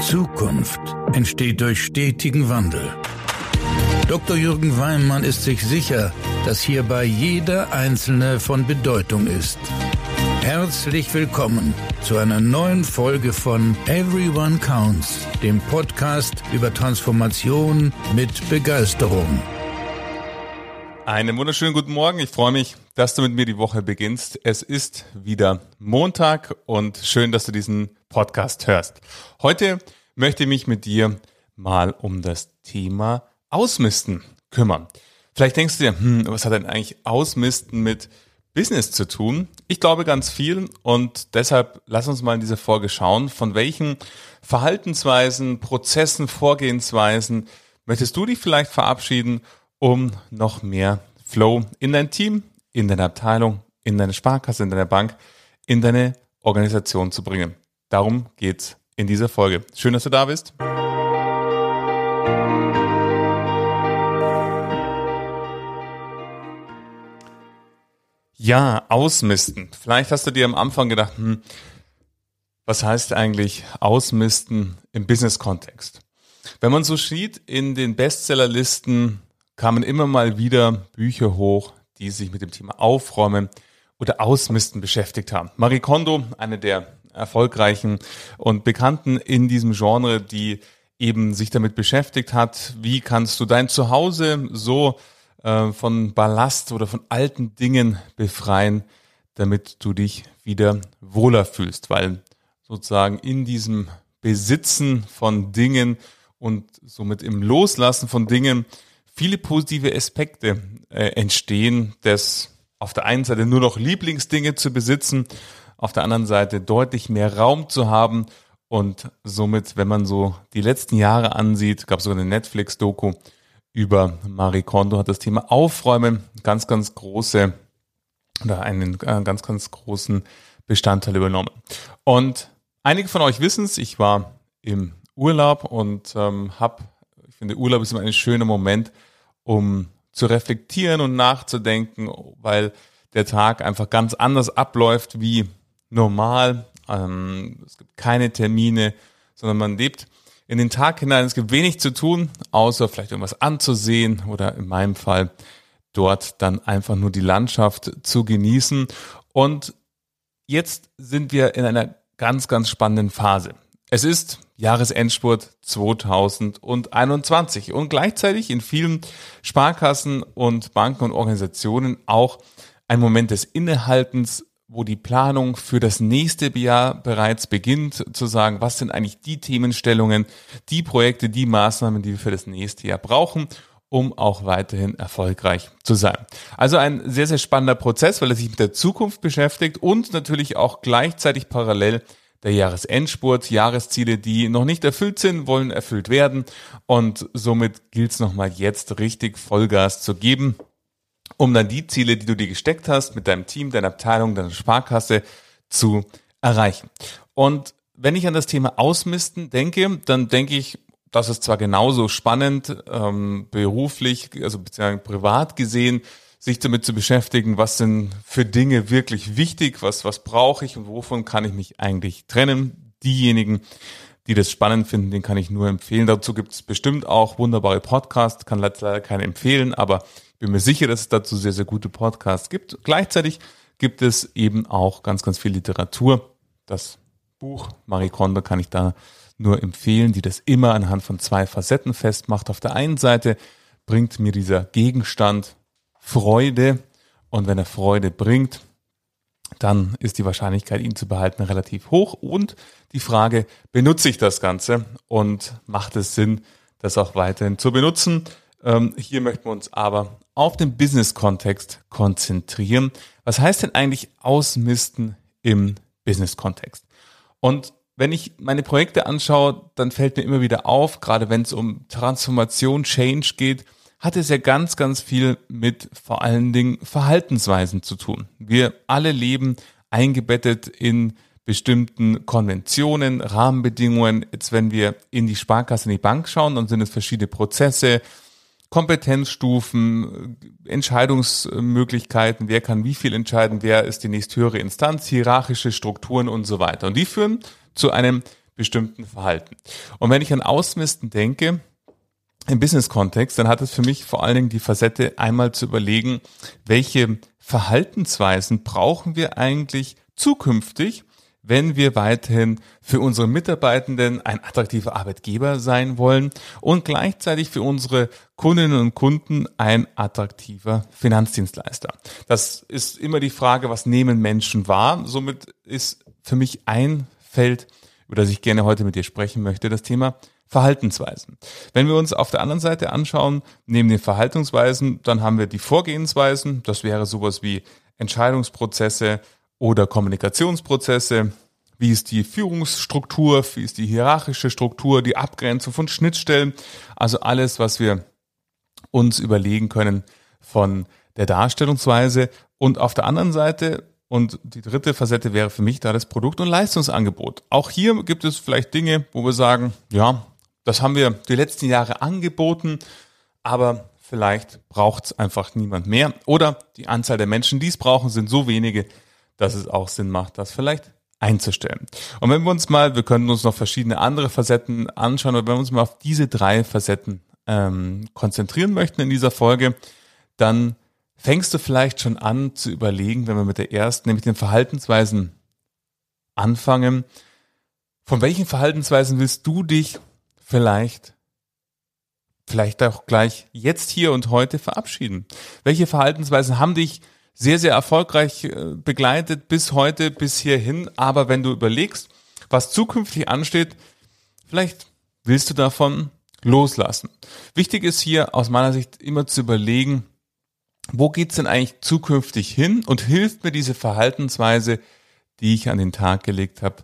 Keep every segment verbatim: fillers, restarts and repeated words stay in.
Zukunft entsteht durch stetigen Wandel. Doktor Jürgen Weimann ist sich sicher, dass hierbei jeder Einzelne von Bedeutung ist. Herzlich willkommen zu einer neuen Folge von Everyone Counts, dem Podcast über Transformation mit Begeisterung. Einen wunderschönen guten Morgen. Ich freue mich, dass du mit mir die Woche beginnst. Es ist wieder Montag und schön, dass du diesen Podcast hörst. Heute möchte ich mich mit dir mal um das Thema Ausmisten kümmern. Vielleicht denkst du dir, hm, was hat denn eigentlich Ausmisten mit Business zu tun? Ich glaube ganz viel und deshalb lass uns mal in dieser Folge schauen, von welchen Verhaltensweisen, Prozessen, Vorgehensweisen möchtest du dich vielleicht verabschieden, um noch mehr Flow in dein Team, in deine Abteilung, in deine Sparkasse, in deine Bank, in deine Organisation zu bringen. Darum geht's in dieser Folge. Schön, dass du da bist. Ja, ausmisten. Vielleicht hast du dir am Anfang gedacht, hm, was heißt eigentlich ausmisten im Business-Kontext? Wenn man so sieht, in den Bestsellerlisten kamen immer mal wieder Bücher hoch, die sich mit dem Thema Aufräumen oder Ausmisten beschäftigt haben. Marie Kondo, eine der erfolgreichen und bekannten in diesem Genre, die eben sich damit beschäftigt hat, wie kannst du dein Zuhause so äh, von Ballast oder von alten Dingen befreien, damit du dich wieder wohler fühlst, weil sozusagen in diesem Besitzen von Dingen und somit im Loslassen von Dingen viele positive Aspekte äh, entstehen, das auf der einen Seite nur noch Lieblingsdinge zu besitzen, auf der anderen Seite deutlich mehr Raum zu haben und somit, wenn man so die letzten Jahre ansieht, gab es sogar eine Netflix-Doku über Marie Kondo, hat das Thema Aufräumen ganz, ganz große oder einen äh, ganz, ganz großen Bestandteil übernommen. Und einige von euch wissen es, ich war im Urlaub und ähm, habe Ich finde, Urlaub ist immer ein schöner Moment, um zu reflektieren und nachzudenken, weil der Tag einfach ganz anders abläuft wie normal. Ähm, es gibt keine Termine, sondern man lebt in den Tag hinein. Es gibt wenig zu tun, außer vielleicht irgendwas anzusehen oder in meinem Fall dort dann einfach nur die Landschaft zu genießen. Und jetzt sind wir in einer ganz, ganz spannenden Phase. Es ist Jahresendspurt zweitausendeinundzwanzig und gleichzeitig in vielen Sparkassen und Banken und Organisationen auch ein Moment des Innehaltens, wo die Planung für das nächste Jahr bereits beginnt, zu sagen, was sind eigentlich die Themenstellungen, die Projekte, die Maßnahmen, die wir für das nächste Jahr brauchen, um auch weiterhin erfolgreich zu sein. Also ein sehr, sehr spannender Prozess, weil er sich mit der Zukunft beschäftigt und natürlich auch gleichzeitig parallel der Jahresendspurt, Jahresziele, die noch nicht erfüllt sind, wollen erfüllt werden und somit gilt es nochmal jetzt richtig Vollgas zu geben, um dann die Ziele, die du dir gesteckt hast, mit deinem Team, deiner Abteilung, deiner Sparkasse zu erreichen. Und wenn ich an das Thema Ausmisten denke, dann denke ich, das ist zwar genauso spannend, ähm, beruflich, also beziehungsweise privat gesehen, sich damit zu beschäftigen, was sind für Dinge wirklich wichtig, was was brauche ich und wovon kann ich mich eigentlich trennen. Diejenigen, die das spannend finden, den kann ich nur empfehlen. Dazu gibt es bestimmt auch wunderbare Podcasts, kann leider keine empfehlen, aber ich bin mir sicher, dass es dazu sehr, sehr gute Podcasts gibt. Gleichzeitig gibt es eben auch ganz, ganz viel Literatur. Das Buch Marie Kondo kann ich da nur empfehlen, die das immer anhand von zwei Facetten festmacht. Auf der einen Seite bringt mir dieser Gegenstand Freude und wenn er Freude bringt, dann ist die Wahrscheinlichkeit, ihn zu behalten, relativ hoch und die Frage, benutze ich das Ganze und macht es Sinn, das auch weiterhin zu benutzen? Ähm, hier möchten wir uns aber auf den Business-Kontext konzentrieren. Was heißt denn eigentlich Ausmisten im Business-Kontext? Und wenn ich meine Projekte anschaue, dann fällt mir immer wieder auf, gerade wenn es um Transformation, Change geht, hat es ja ganz, ganz viel mit vor allen Dingen Verhaltensweisen zu tun. Wir alle leben eingebettet in bestimmten Konventionen, Rahmenbedingungen. Jetzt, wenn wir in die Sparkasse, in die Bank schauen, dann sind es verschiedene Prozesse, Kompetenzstufen, Entscheidungsmöglichkeiten, wer kann wie viel entscheiden, wer ist die nächsthöhere Instanz, hierarchische Strukturen und so weiter. Und die führen zu einem bestimmten Verhalten. Und wenn ich an Ausmisten denke, im Business-Kontext, dann hat es für mich vor allen Dingen die Facette, einmal zu überlegen, welche Verhaltensweisen brauchen wir eigentlich zukünftig, wenn wir weiterhin für unsere Mitarbeitenden ein attraktiver Arbeitgeber sein wollen und gleichzeitig für unsere Kundinnen und Kunden ein attraktiver Finanzdienstleister. Das ist immer die Frage, was nehmen Menschen wahr? Somit ist für mich ein Feld, über das ich gerne heute mit dir sprechen möchte, das Thema Verhaltensweisen. Wenn wir uns auf der anderen Seite anschauen, neben den Verhaltensweisen, dann haben wir die Vorgehensweisen. Das wäre sowas wie Entscheidungsprozesse oder Kommunikationsprozesse. Wie ist die Führungsstruktur? Wie ist die hierarchische Struktur? Die Abgrenzung von Schnittstellen? Also alles, was wir uns überlegen können von der Darstellungsweise. Und auf der anderen Seite, und die dritte Facette wäre für mich da das Produkt- und Leistungsangebot. Auch hier gibt es vielleicht Dinge, wo wir sagen, ja, das haben wir die letzten Jahre angeboten, aber vielleicht braucht es einfach niemand mehr. Oder die Anzahl der Menschen, die es brauchen, sind so wenige, dass es auch Sinn macht, das vielleicht einzustellen. Und wenn wir uns mal, wir können uns noch verschiedene andere Facetten anschauen, aber wenn wir uns mal auf diese drei Facetten ähm, konzentrieren möchten in dieser Folge, dann fängst du vielleicht schon an zu überlegen, wenn wir mit der ersten, nämlich den Verhaltensweisen anfangen. Von welchen Verhaltensweisen willst du dich vielleicht, vielleicht auch gleich jetzt hier und heute verabschieden? Welche Verhaltensweisen haben dich sehr, sehr erfolgreich begleitet bis heute, bis hierhin? Aber wenn du überlegst, was zukünftig ansteht, vielleicht willst du davon loslassen. Wichtig ist hier aus meiner Sicht immer zu überlegen, wo geht's denn eigentlich zukünftig hin und hilft mir diese Verhaltensweise, die ich an den Tag gelegt habe,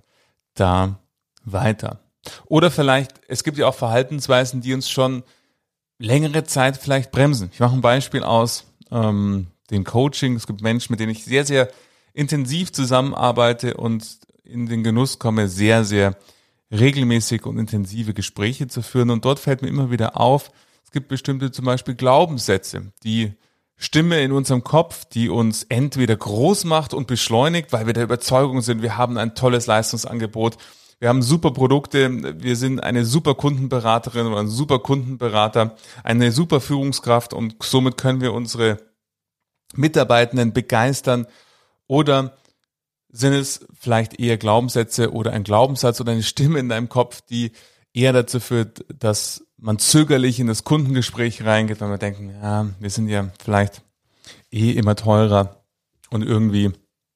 da weiter? Oder vielleicht, es gibt ja auch Verhaltensweisen, die uns schon längere Zeit vielleicht bremsen. Ich mache ein Beispiel aus ähm, dem Coaching. Es gibt Menschen, mit denen ich sehr, sehr intensiv zusammenarbeite und in den Genuss komme, sehr, sehr regelmäßig und intensive Gespräche zu führen. Und dort fällt mir immer wieder auf, es gibt bestimmte zum Beispiel Glaubenssätze, die Stimme in unserem Kopf, die uns entweder groß macht und beschleunigt, weil wir der Überzeugung sind, wir haben ein tolles Leistungsangebot, wir haben super Produkte, wir sind eine super Kundenberaterin oder ein super Kundenberater, eine super Führungskraft und somit können wir unsere Mitarbeitenden begeistern. Oder sind es vielleicht eher Glaubenssätze oder ein Glaubenssatz oder eine Stimme in deinem Kopf, die eher dazu führt, dass man zögerlich in das Kundengespräch reingeht, weil wir denken, ja, wir sind ja vielleicht eh immer teurer und irgendwie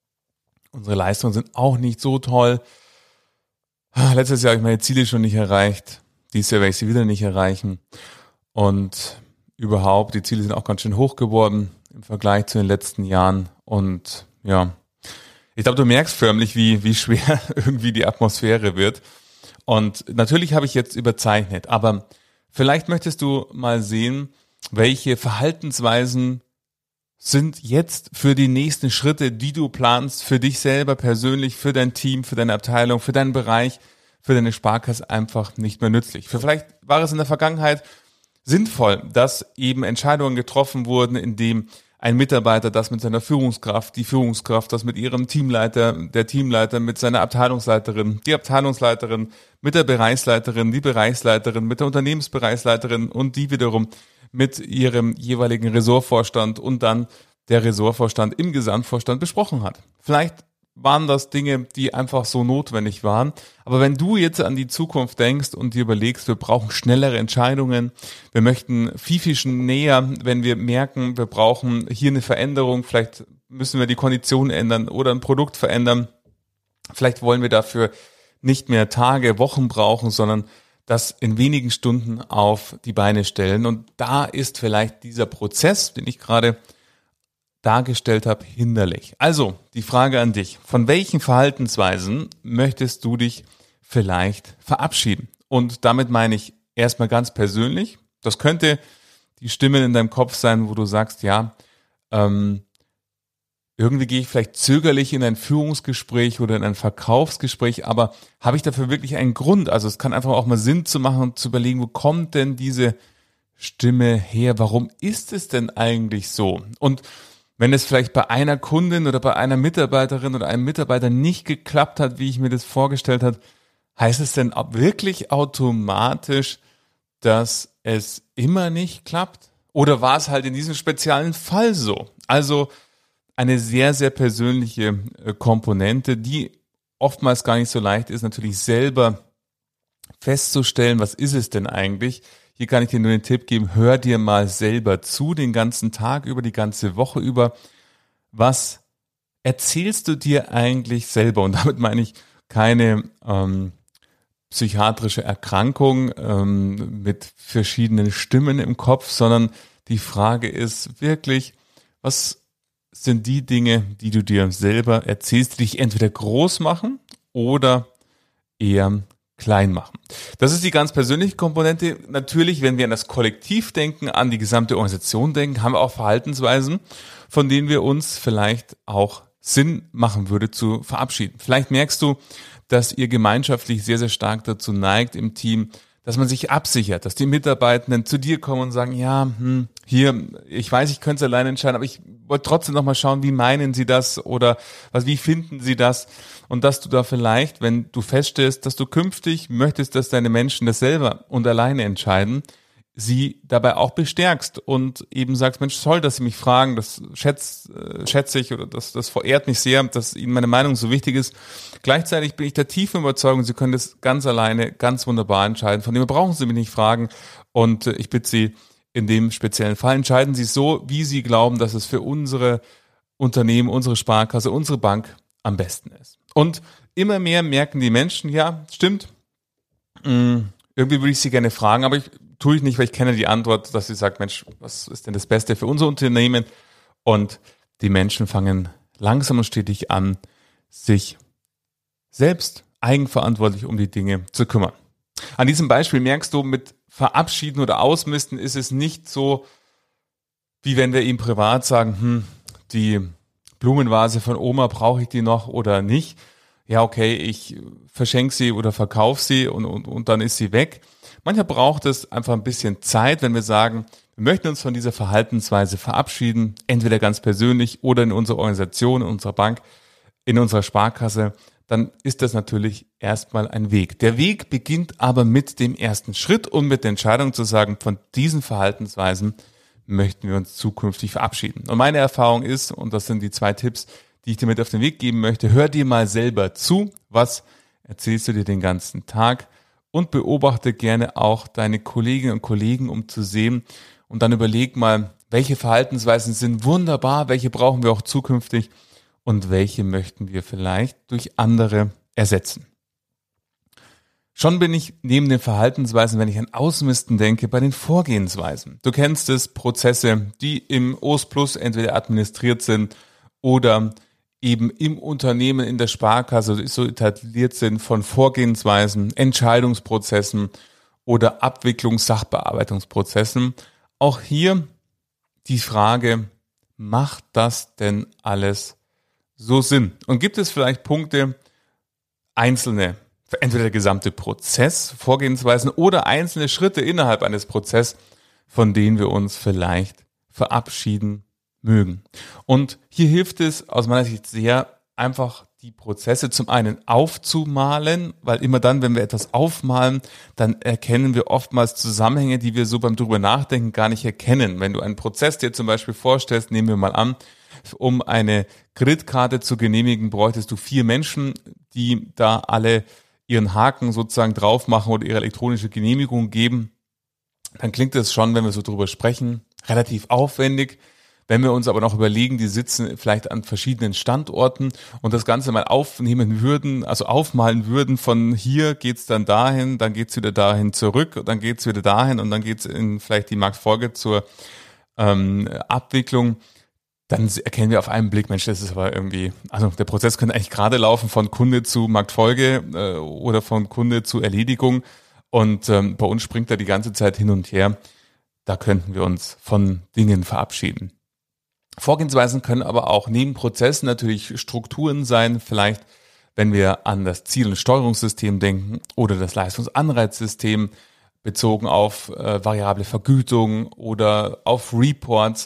unsere Leistungen sind auch nicht so toll. Letztes Jahr habe ich meine Ziele schon nicht erreicht, dieses Jahr werde ich sie wieder nicht erreichen und überhaupt, die Ziele sind auch ganz schön hoch geworden im Vergleich zu den letzten Jahren und ja, ich glaube, du merkst förmlich, wie, wie schwer irgendwie die Atmosphäre wird. Und natürlich habe ich jetzt überzeichnet, aber vielleicht möchtest du mal sehen, welche Verhaltensweisen sind jetzt für die nächsten Schritte, die du planst, für dich selber persönlich, für dein Team, für deine Abteilung, für deinen Bereich, für deine Sparkasse einfach nicht mehr nützlich. Für vielleicht war es in der Vergangenheit sinnvoll, dass eben Entscheidungen getroffen wurden, in dem ein Mitarbeiter das mit seiner Führungskraft, die Führungskraft das mit ihrem Teamleiter, der Teamleiter mit seiner Abteilungsleiterin, die Abteilungsleiterin mit der Bereichsleiterin, die Bereichsleiterin mit der Unternehmensbereichsleiterin und die wiederum mit ihrem jeweiligen Ressortvorstand und dann der Ressortvorstand im Gesamtvorstand besprochen hat. Vielleicht waren das Dinge, die einfach so notwendig waren. Aber wenn du jetzt an die Zukunft denkst und dir überlegst, wir brauchen schnellere Entscheidungen, wir möchten viel, viel näher, wenn wir merken, wir brauchen hier eine Veränderung, vielleicht müssen wir die Konditionen ändern oder ein Produkt verändern, vielleicht wollen wir dafür nicht mehr Tage, Wochen brauchen, sondern das in wenigen Stunden auf die Beine stellen. Und da ist vielleicht dieser Prozess, den ich gerade dargestellt habe, hinderlich. Also die Frage an dich, von welchen Verhaltensweisen möchtest du dich vielleicht verabschieden? Und damit meine ich erstmal ganz persönlich, das könnte die Stimme in deinem Kopf sein, wo du sagst, ja, ähm, irgendwie gehe ich vielleicht zögerlich in ein Führungsgespräch oder in ein Verkaufsgespräch, aber habe ich dafür wirklich einen Grund? Also es kann einfach auch mal Sinn zu machen und zu überlegen, wo kommt denn diese Stimme her? Warum ist es denn eigentlich so? Und wenn es vielleicht bei einer Kundin oder bei einer Mitarbeiterin oder einem Mitarbeiter nicht geklappt hat, wie ich mir das vorgestellt habe, heißt es denn wirklich automatisch, dass es immer nicht klappt? Oder war es halt in diesem speziellen Fall so? Also eine sehr, sehr persönliche Komponente, die oftmals gar nicht so leicht ist, natürlich selber festzustellen, was ist es denn eigentlich? Hier kann ich dir nur den Tipp geben, hör dir mal selber zu, den ganzen Tag über, die ganze Woche über. Was erzählst du dir eigentlich selber? Und damit meine ich keine ähm, psychiatrische Erkrankung ähm, mit verschiedenen Stimmen im Kopf, sondern die Frage ist wirklich, was sind die Dinge, die du dir selber erzählst, die dich entweder groß machen oder eher klein machen. Das ist die ganz persönliche Komponente. Natürlich, wenn wir an das Kollektiv denken, an die gesamte Organisation denken, haben wir auch Verhaltensweisen, von denen wir uns vielleicht auch Sinn machen würde zu verabschieden. Vielleicht merkst du, dass ihr gemeinschaftlich sehr, sehr stark dazu neigt im Team, dass man sich absichert, dass die Mitarbeitenden zu dir kommen und sagen, ja, hm, hier, ich weiß, ich könnte es alleine entscheiden, aber ich wollte trotzdem noch mal schauen, wie meinen Sie das oder was, wie finden Sie das? Und dass du da vielleicht, wenn du feststellst, dass du künftig möchtest, dass deine Menschen das selber und alleine entscheiden, sie dabei auch bestärkst und eben sagst, Mensch, toll, dass Sie mich fragen, das schätze, schätze ich oder das, das verehrt mich sehr, dass Ihnen meine Meinung so wichtig ist. Gleichzeitig bin ich der tiefen Überzeugung, Sie können das ganz alleine, ganz wunderbar entscheiden. Von dem her brauchen Sie mich nicht fragen und ich bitte Sie, in dem speziellen Fall entscheiden Sie so, wie Sie glauben, dass es für unsere Unternehmen, unsere Sparkasse, unsere Bank am besten ist. Und immer mehr merken die Menschen, ja, stimmt, irgendwie würde ich Sie gerne fragen, aber ich tue ich nicht, weil ich kenne die Antwort, dass sie sagt, Mensch, was ist denn das Beste für unser Unternehmen? Und die Menschen fangen langsam und stetig an, sich selbst eigenverantwortlich um die Dinge zu kümmern. An diesem Beispiel merkst du, mit Verabschieden oder Ausmisten ist es nicht so, wie wenn wir ihm privat sagen, hm, die Blumenvase von Oma, brauche ich die noch oder nicht? Ja, okay, ich verschenke sie oder verkaufe sie und, und, und dann ist sie weg. Manchmal braucht es einfach ein bisschen Zeit, wenn wir sagen, wir möchten uns von dieser Verhaltensweise verabschieden, entweder ganz persönlich oder in unserer Organisation, in unserer Bank, in unserer Sparkasse, dann ist das natürlich erstmal ein Weg. Der Weg beginnt aber mit dem ersten Schritt und mit der Entscheidung zu sagen, von diesen Verhaltensweisen möchten wir uns zukünftig verabschieden. Und meine Erfahrung ist, und das sind die zwei Tipps, die ich dir mit auf den Weg geben möchte, hör dir mal selber zu, was erzählst du dir den ganzen Tag und beobachte gerne auch deine Kolleginnen und Kollegen, um zu sehen und dann überleg mal, welche Verhaltensweisen sind wunderbar, welche brauchen wir auch zukünftig und welche möchten wir vielleicht durch andere ersetzen. Schon bin ich neben den Verhaltensweisen, wenn ich an Ausmisten denke, bei den Vorgehensweisen. Du kennst es, Prozesse, die im O S Plus entweder administriert sind oder eben im Unternehmen, in der Sparkasse so etabliert sind von Vorgehensweisen, Entscheidungsprozessen oder Abwicklungs-Sachbearbeitungsprozessen. Auch hier die Frage, macht das denn alles so Sinn? Und gibt es vielleicht Punkte, einzelne, entweder der gesamte Prozess, Vorgehensweisen oder einzelne Schritte innerhalb eines Prozesses, von denen wir uns vielleicht verabschieden mögen. Und hier hilft es aus meiner Sicht sehr, einfach die Prozesse zum einen aufzumalen, weil immer dann, wenn wir etwas aufmalen, dann erkennen wir oftmals Zusammenhänge, die wir so beim drüber nachdenken gar nicht erkennen. Wenn du einen Prozess dir zum Beispiel vorstellst, nehmen wir mal an, um eine Kreditkarte zu genehmigen, bräuchtest du vier Menschen, die da alle ihren Haken sozusagen drauf machen oder ihre elektronische Genehmigung geben. Dann klingt es schon, wenn wir so drüber sprechen, relativ aufwendig. Wenn wir uns aber noch überlegen, die sitzen vielleicht an verschiedenen Standorten und das Ganze mal aufnehmen würden, also aufmalen würden, von hier geht's dann dahin, dann geht's wieder dahin zurück, dann geht's wieder dahin und dann geht's in vielleicht die Marktfolge zur ähm, Abwicklung, dann erkennen wir auf einen Blick, Mensch, das ist aber irgendwie, also der Prozess könnte eigentlich gerade laufen von Kunde zu Marktfolge äh, oder von Kunde zu Erledigung und ähm, bei uns springt er die ganze Zeit hin und her. Da könnten wir uns von Dingen verabschieden. Vorgehensweisen können aber auch neben Prozessen natürlich Strukturen sein, vielleicht wenn wir an das Ziel- und Steuerungssystem denken oder das Leistungsanreizsystem bezogen auf äh, variable Vergütung oder auf Reports.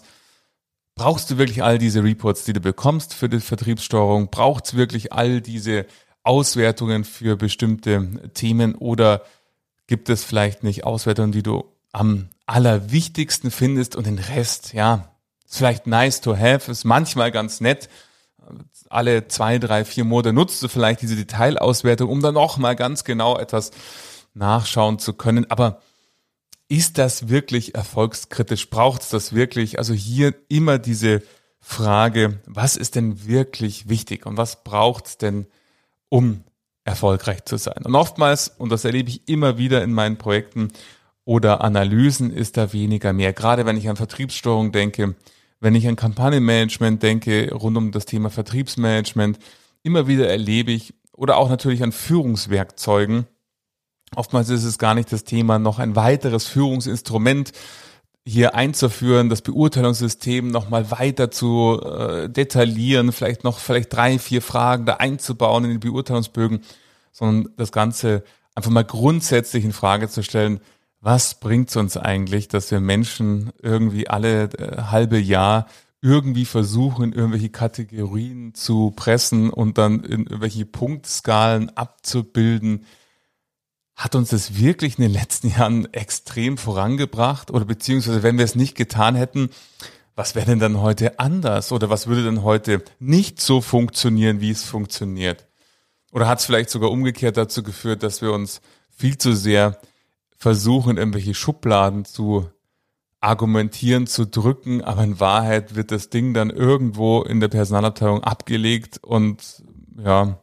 Brauchst du wirklich all diese Reports, die du bekommst für die Vertriebssteuerung? Braucht es wirklich all diese Auswertungen für bestimmte Themen oder gibt es vielleicht nicht Auswertungen, die du am allerwichtigsten findest und den Rest, ja, ist vielleicht nice to have, ist manchmal ganz nett. Alle zwei, drei, vier Monate nutzt du vielleicht diese Detailauswertung, um dann noch mal ganz genau etwas nachschauen zu können. Aber ist das wirklich erfolgskritisch? Braucht es das wirklich? Also hier immer diese Frage, was ist denn wirklich wichtig und was braucht es denn, um erfolgreich zu sein? Und oftmals, und das erlebe ich immer wieder in meinen Projekten oder Analysen, ist da weniger mehr. Gerade wenn ich an Vertriebssteuerung denke, wenn ich an Kampagnenmanagement denke, rund um das Thema Vertriebsmanagement, immer wieder erlebe ich, oder auch natürlich an Führungswerkzeugen, oftmals ist es gar nicht das Thema, noch ein weiteres Führungsinstrument hier einzuführen, das Beurteilungssystem nochmal weiter zu äh, detaillieren, vielleicht noch vielleicht drei, vier Fragen da einzubauen in die Beurteilungsbögen, sondern das Ganze einfach mal grundsätzlich in Frage zu stellen, was bringt es uns eigentlich, dass wir Menschen irgendwie alle äh, halbe Jahr irgendwie versuchen, in irgendwelche Kategorien zu pressen und dann in irgendwelche Punktskalen abzubilden? Hat uns das wirklich in den letzten Jahren extrem vorangebracht? Oder beziehungsweise, wenn wir es nicht getan hätten, was wäre denn dann heute anders? Oder was würde denn heute nicht so funktionieren, wie es funktioniert? Oder hat es vielleicht sogar umgekehrt dazu geführt, dass wir uns viel zu sehr versuchen, irgendwelche Schubladen zu argumentieren, zu drücken, aber in Wahrheit wird das Ding dann irgendwo in der Personalabteilung abgelegt und ja,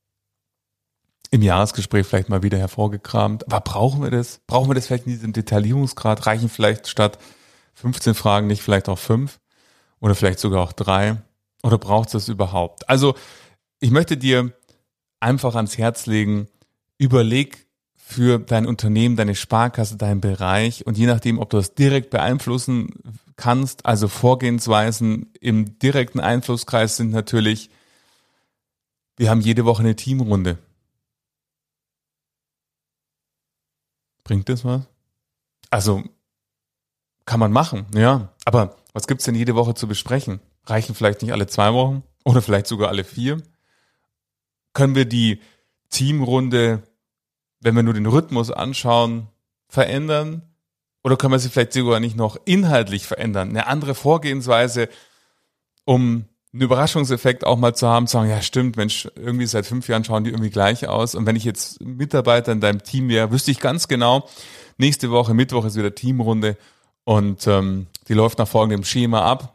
im Jahresgespräch vielleicht mal wieder hervorgekramt. Aber brauchen wir das? Brauchen wir das vielleicht in diesem Detaillierungsgrad? Reichen vielleicht statt fünfzehn Fragen nicht vielleicht auch fünf oder vielleicht sogar auch drei? Oder braucht es das überhaupt? Also ich möchte dir einfach ans Herz legen, überleg für dein Unternehmen, deine Sparkasse, deinen Bereich und je nachdem, ob du das direkt beeinflussen kannst, also Vorgehensweisen im direkten Einflusskreis sind natürlich, wir haben jede Woche eine Teamrunde. Bringt das was? Also kann man machen, ja. Aber was gibt's denn jede Woche zu besprechen? Reichen vielleicht nicht alle zwei Wochen oder vielleicht sogar alle vier? Können wir die Teamrunde, wenn wir nur den Rhythmus anschauen, verändern? Oder können wir sie vielleicht sogar nicht noch inhaltlich verändern? Eine andere Vorgehensweise, um einen Überraschungseffekt auch mal zu haben, zu sagen, ja stimmt, Mensch, irgendwie seit fünf Jahren schauen die irgendwie gleich aus. Und wenn ich jetzt Mitarbeiter in deinem Team wäre, wüsste ich ganz genau, nächste Woche, Mittwoch ist wieder Teamrunde und ähm, die läuft nach folgendem Schema ab.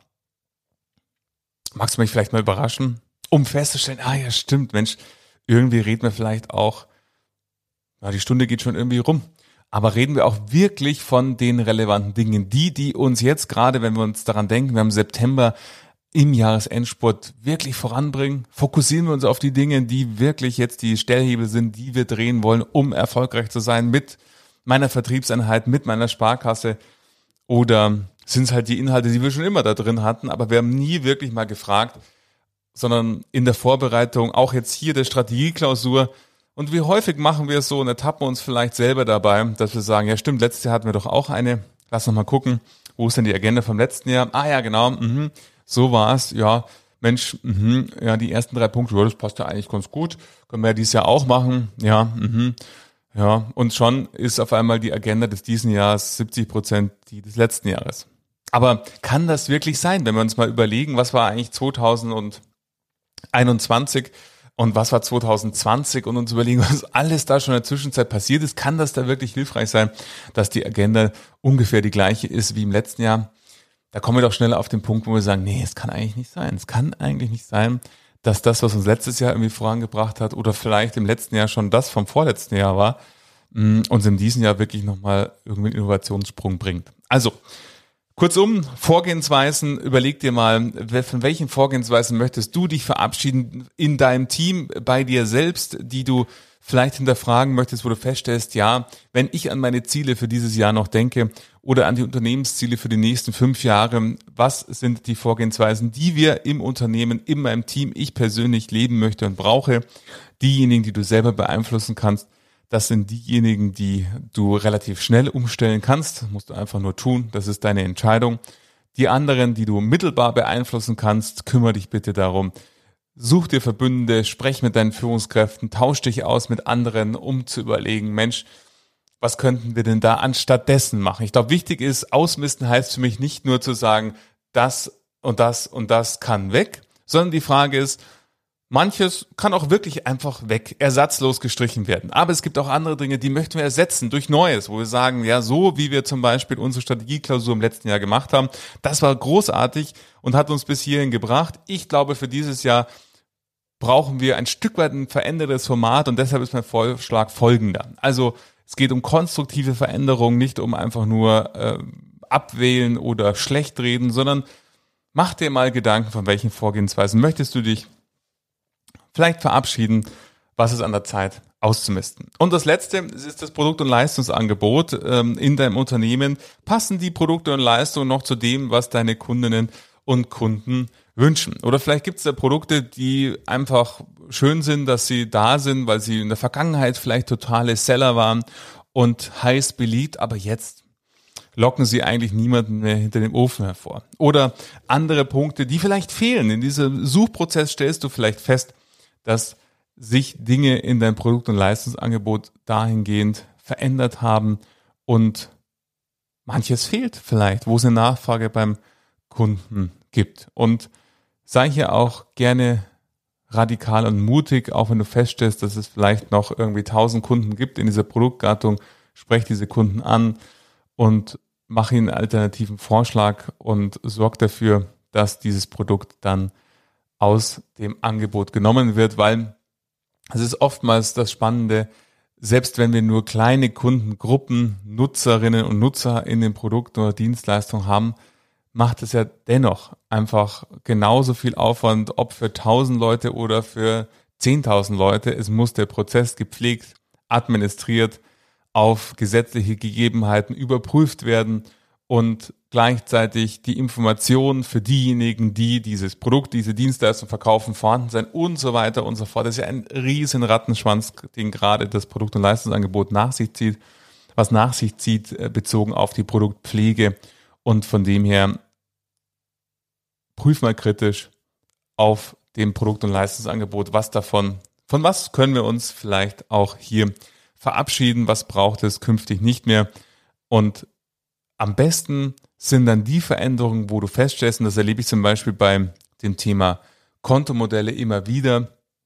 Magst du mich vielleicht mal überraschen? Um festzustellen, ah ja stimmt, Mensch, irgendwie reden wir vielleicht auch, na die Stunde geht schon irgendwie rum. Aber reden wir auch wirklich von den relevanten Dingen, die, die uns jetzt gerade, wenn wir uns daran denken, wir haben September im Jahresendspurt wirklich voranbringen. Fokussieren wir uns auf die Dinge, die wirklich jetzt die Stellhebel sind, die wir drehen wollen, um erfolgreich zu sein mit meiner Vertriebseinheit, mit meiner Sparkasse. Oder sind es halt die Inhalte, die wir schon immer da drin hatten, aber wir haben nie wirklich mal gefragt, sondern in der Vorbereitung, auch jetzt hier der Strategieklausur. Und wie häufig machen wir es so und ertappen uns vielleicht selber dabei, dass wir sagen, ja stimmt, letztes Jahr hatten wir doch auch eine. Lass noch mal gucken, wo ist denn die Agenda vom letzten Jahr? Ah ja, genau, mhm. So war es, ja, Mensch, mh, ja, die ersten drei Punkte, ja, das passt ja eigentlich ganz gut, können wir ja dieses Jahr auch machen, ja, mh, ja, und schon ist auf einmal die Agenda des diesen Jahres siebzig Prozent die des letzten Jahres. Aber kann das wirklich sein, wenn wir uns mal überlegen, was war eigentlich zweitausendeinundzwanzig und was war zwanzig zwanzig und uns überlegen, was alles da schon in der Zwischenzeit passiert ist, kann das da wirklich hilfreich sein, dass die Agenda ungefähr die gleiche ist wie im letzten Jahr? Da kommen wir doch schneller auf den Punkt, wo wir sagen, nee, es kann eigentlich nicht sein. Es kann eigentlich nicht sein, dass das, was uns letztes Jahr irgendwie vorangebracht hat oder vielleicht im letzten Jahr schon das vom vorletzten Jahr war, uns in diesem Jahr wirklich nochmal irgendwie einen Innovationssprung bringt. Also, kurzum, Vorgehensweisen, überleg dir mal, von welchen Vorgehensweisen möchtest du dich verabschieden in deinem Team, bei dir selbst, die du vielleicht hinterfragen möchtest, wo du feststellst, ja, wenn ich an meine Ziele für dieses Jahr noch denke oder an die Unternehmensziele für die nächsten fünf Jahre, was sind die Vorgehensweisen, die wir im Unternehmen, in meinem Team, ich persönlich leben möchte und brauche? Diejenigen, die du selber beeinflussen kannst, das sind diejenigen, die du relativ schnell umstellen kannst, das musst du einfach nur tun, das ist deine Entscheidung. Die anderen, die du mittelbar beeinflussen kannst, kümmere dich bitte darum, such dir Verbündete, sprech mit deinen Führungskräften, tausch dich aus mit anderen, um zu überlegen, Mensch, was könnten wir denn da anstattdessen machen? Ich glaube, wichtig ist, ausmisten heißt für mich nicht nur zu sagen, das und das und das kann weg, sondern die Frage ist, manches kann auch wirklich einfach weg, ersatzlos gestrichen werden. Aber es gibt auch andere Dinge, die möchten wir ersetzen durch Neues, wo wir sagen, ja, so wie wir zum Beispiel unsere Strategieklausur im letzten Jahr gemacht haben, das war großartig und hat uns bis hierhin gebracht. Ich glaube, für dieses Jahr brauchen wir ein Stück weit ein verändertes Format und deshalb ist mein Vorschlag folgender. Also es geht um konstruktive Veränderungen, nicht um einfach nur äh, abwählen oder schlecht reden, sondern mach dir mal Gedanken, von welchen Vorgehensweisen möchtest du dich vielleicht verabschieden, was ist an der Zeit auszumisten. Und das Letzte ist das Produkt- und Leistungsangebot ähm, in deinem Unternehmen. Passen die Produkte und Leistungen noch zu dem, was deine Kundinnen und Kunden wünschen? Oder vielleicht gibt es da Produkte, die einfach schön sind, dass sie da sind, weil sie in der Vergangenheit vielleicht totale Seller waren und heiß beliebt, aber jetzt locken sie eigentlich niemanden mehr hinter dem Ofen hervor. Oder andere Punkte, die vielleicht fehlen. In diesem Suchprozess stellst du vielleicht fest, dass sich Dinge in deinem Produkt- und Leistungsangebot dahingehend verändert haben und manches fehlt vielleicht, wo es eine Nachfrage beim Kunden gibt. Und sei hier auch gerne radikal und mutig, auch wenn du feststellst, dass es vielleicht noch irgendwie tausend Kunden gibt in dieser Produktgattung, sprech diese Kunden an und mach ihnen einen alternativen Vorschlag und sorg dafür, dass dieses Produkt dann aus dem Angebot genommen wird, weil es ist oftmals das Spannende, selbst wenn wir nur kleine Kundengruppen, Nutzerinnen und Nutzer in den Produkten oder Dienstleistungen haben, macht es ja dennoch einfach genauso viel Aufwand, ob für tausend Leute oder für zehntausend Leute. Es muss der Prozess gepflegt, administriert, auf gesetzliche Gegebenheiten überprüft werden und gleichzeitig die Informationen für diejenigen, die dieses Produkt, diese Dienstleistung verkaufen, vorhanden sein und so weiter und so fort. Das ist ja ein riesen Rattenschwanz, den gerade das Produkt- und Leistungsangebot nach sich zieht, was nach sich zieht, bezogen auf die Produktpflege. Und von dem her, prüf mal kritisch auf dem Produkt- und Leistungsangebot, was davon, von was können wir uns vielleicht auch hier verabschieden, was braucht es künftig nicht mehr. Und am besten sind dann die Veränderungen, wo du feststellst, und das erlebe ich zum Beispiel bei dem Thema Kontomodelle immer wieder,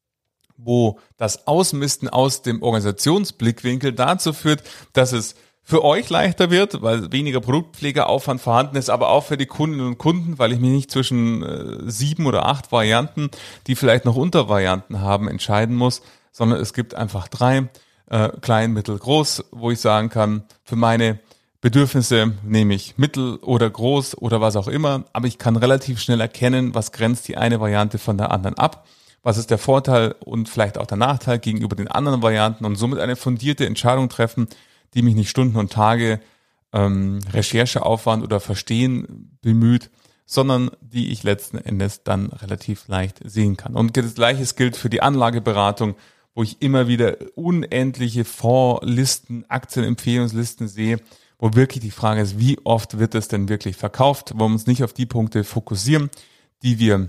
wo das Ausmisten aus dem Organisationsblickwinkel dazu führt, dass es für euch leichter wird, weil weniger Produktpflegeaufwand vorhanden ist, aber auch für die Kundinnen und Kunden, weil ich mich nicht zwischen äh, sieben oder acht Varianten, die vielleicht noch Untervarianten haben, entscheiden muss, sondern es gibt einfach drei, äh, klein, mittel, groß, wo ich sagen kann, für meine Bedürfnisse nehme ich mittel oder groß oder was auch immer, aber ich kann relativ schnell erkennen, was grenzt die eine Variante von der anderen ab, was ist der Vorteil und vielleicht auch der Nachteil gegenüber den anderen Varianten und somit eine fundierte Entscheidung treffen, die mich nicht Stunden und Tage ähm, Rechercheaufwand oder Verstehen bemüht, sondern die ich letzten Endes dann relativ leicht sehen kann. Und das Gleiches gilt für die Anlageberatung, wo ich immer wieder unendliche Fondslisten, Aktienempfehlungslisten sehe, wo wirklich die Frage ist, wie oft wird es denn wirklich verkauft? Wollen wir uns nicht auf die Punkte fokussieren, die wir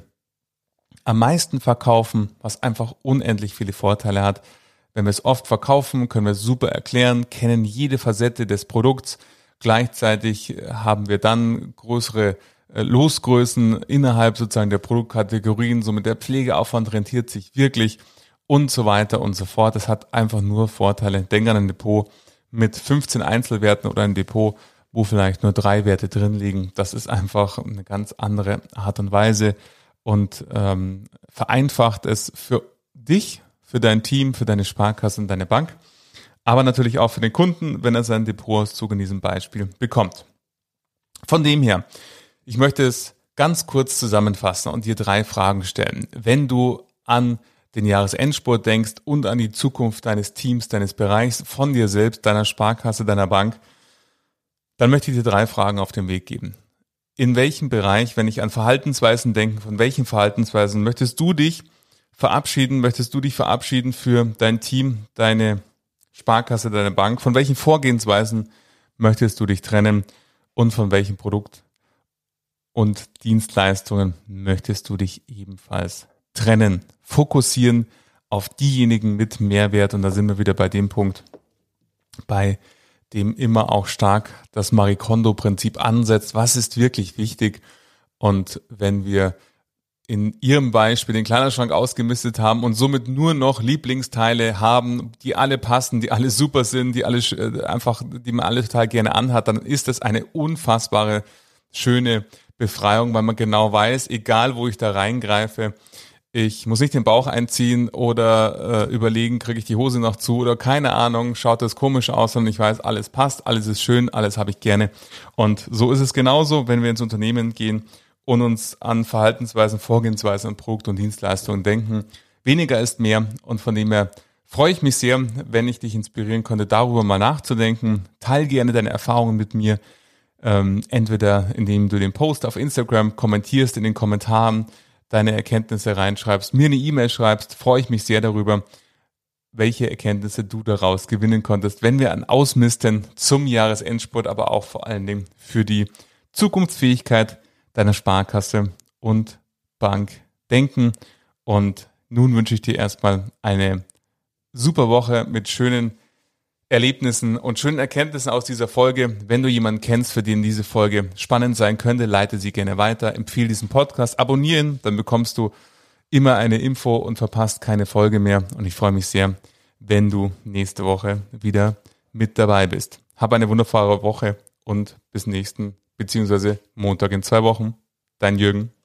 am meisten verkaufen, was einfach unendlich viele Vorteile hat. Wenn wir es oft verkaufen, können wir es super erklären, kennen jede Facette des Produkts. Gleichzeitig haben wir dann größere Losgrößen innerhalb sozusagen der Produktkategorien. Somit der Pflegeaufwand rentiert sich wirklich und so weiter und so fort. Das hat einfach nur Vorteile. Denk an ein Depot mit fünfzehn Einzelwerten oder ein Depot, wo vielleicht nur drei Werte drin liegen. Das ist einfach eine ganz andere Art und Weise und ähm, vereinfacht es für dich, für dein Team, für deine Sparkasse und deine Bank, aber natürlich auch für den Kunden, wenn er seinen Depotauszug in diesem Beispiel bekommt. Von dem her, ich möchte es ganz kurz zusammenfassen und dir drei Fragen stellen. Wenn du an den Jahresendspurt denkst und an die Zukunft deines Teams, deines Bereichs, von dir selbst, deiner Sparkasse, deiner Bank, dann möchte ich dir drei Fragen auf den Weg geben. In welchem Bereich, wenn ich an Verhaltensweisen denke, von welchen Verhaltensweisen möchtest du dich verabschieden, möchtest du dich verabschieden für dein Team, deine Sparkasse, deine Bank? Von welchen Vorgehensweisen möchtest du dich trennen und von welchem Produkt und Dienstleistungen möchtest du dich ebenfalls trennen, fokussieren auf diejenigen mit Mehrwert. Und da sind wir wieder bei dem Punkt, bei dem immer auch stark das Marie Kondo-Prinzip ansetzt. Was ist wirklich wichtig? Und wenn wir in Ihrem Beispiel den Kleiderschrank ausgemistet haben und somit nur noch Lieblingsteile haben, die alle passen, die alle super sind, die alle einfach, die man alle total gerne anhat, dann ist das eine unfassbare, schöne Befreiung, weil man genau weiß, egal wo ich da reingreife, ich muss nicht den Bauch einziehen oder äh, überlegen, kriege ich die Hose noch zu oder keine Ahnung, schaut das komisch aus, sondern ich weiß, alles passt, alles ist schön, alles habe ich gerne. Und so ist es genauso, wenn wir ins Unternehmen gehen und uns an Verhaltensweisen, Vorgehensweisen und Produkte und Dienstleistungen denken. Weniger ist mehr und von dem her freue ich mich sehr, wenn ich dich inspirieren konnte, darüber mal nachzudenken. Teil gerne deine Erfahrungen mit mir, ähm, entweder indem du den Post auf Instagram kommentierst in den Kommentaren, deine Erkenntnisse reinschreibst, mir eine E-Mail schreibst, freue ich mich sehr darüber, welche Erkenntnisse du daraus gewinnen konntest, wenn wir an Ausmisten zum Jahresendspurt, aber auch vor allen Dingen für die Zukunftsfähigkeit deiner Sparkasse und Bank denken. Und nun wünsche ich dir erstmal eine super Woche mit schönen Erlebnissen und schönen Erkenntnissen aus dieser Folge. Wenn du jemanden kennst, für den diese Folge spannend sein könnte, leite sie gerne weiter, empfehle diesen Podcast, abonniere ihn, dann bekommst du immer eine Info und verpasst keine Folge mehr. Und ich freue mich sehr, wenn du nächste Woche wieder mit dabei bist. Hab eine wunderbare Woche und bis nächsten, beziehungsweise Montag in zwei Wochen. Dein Jürgen.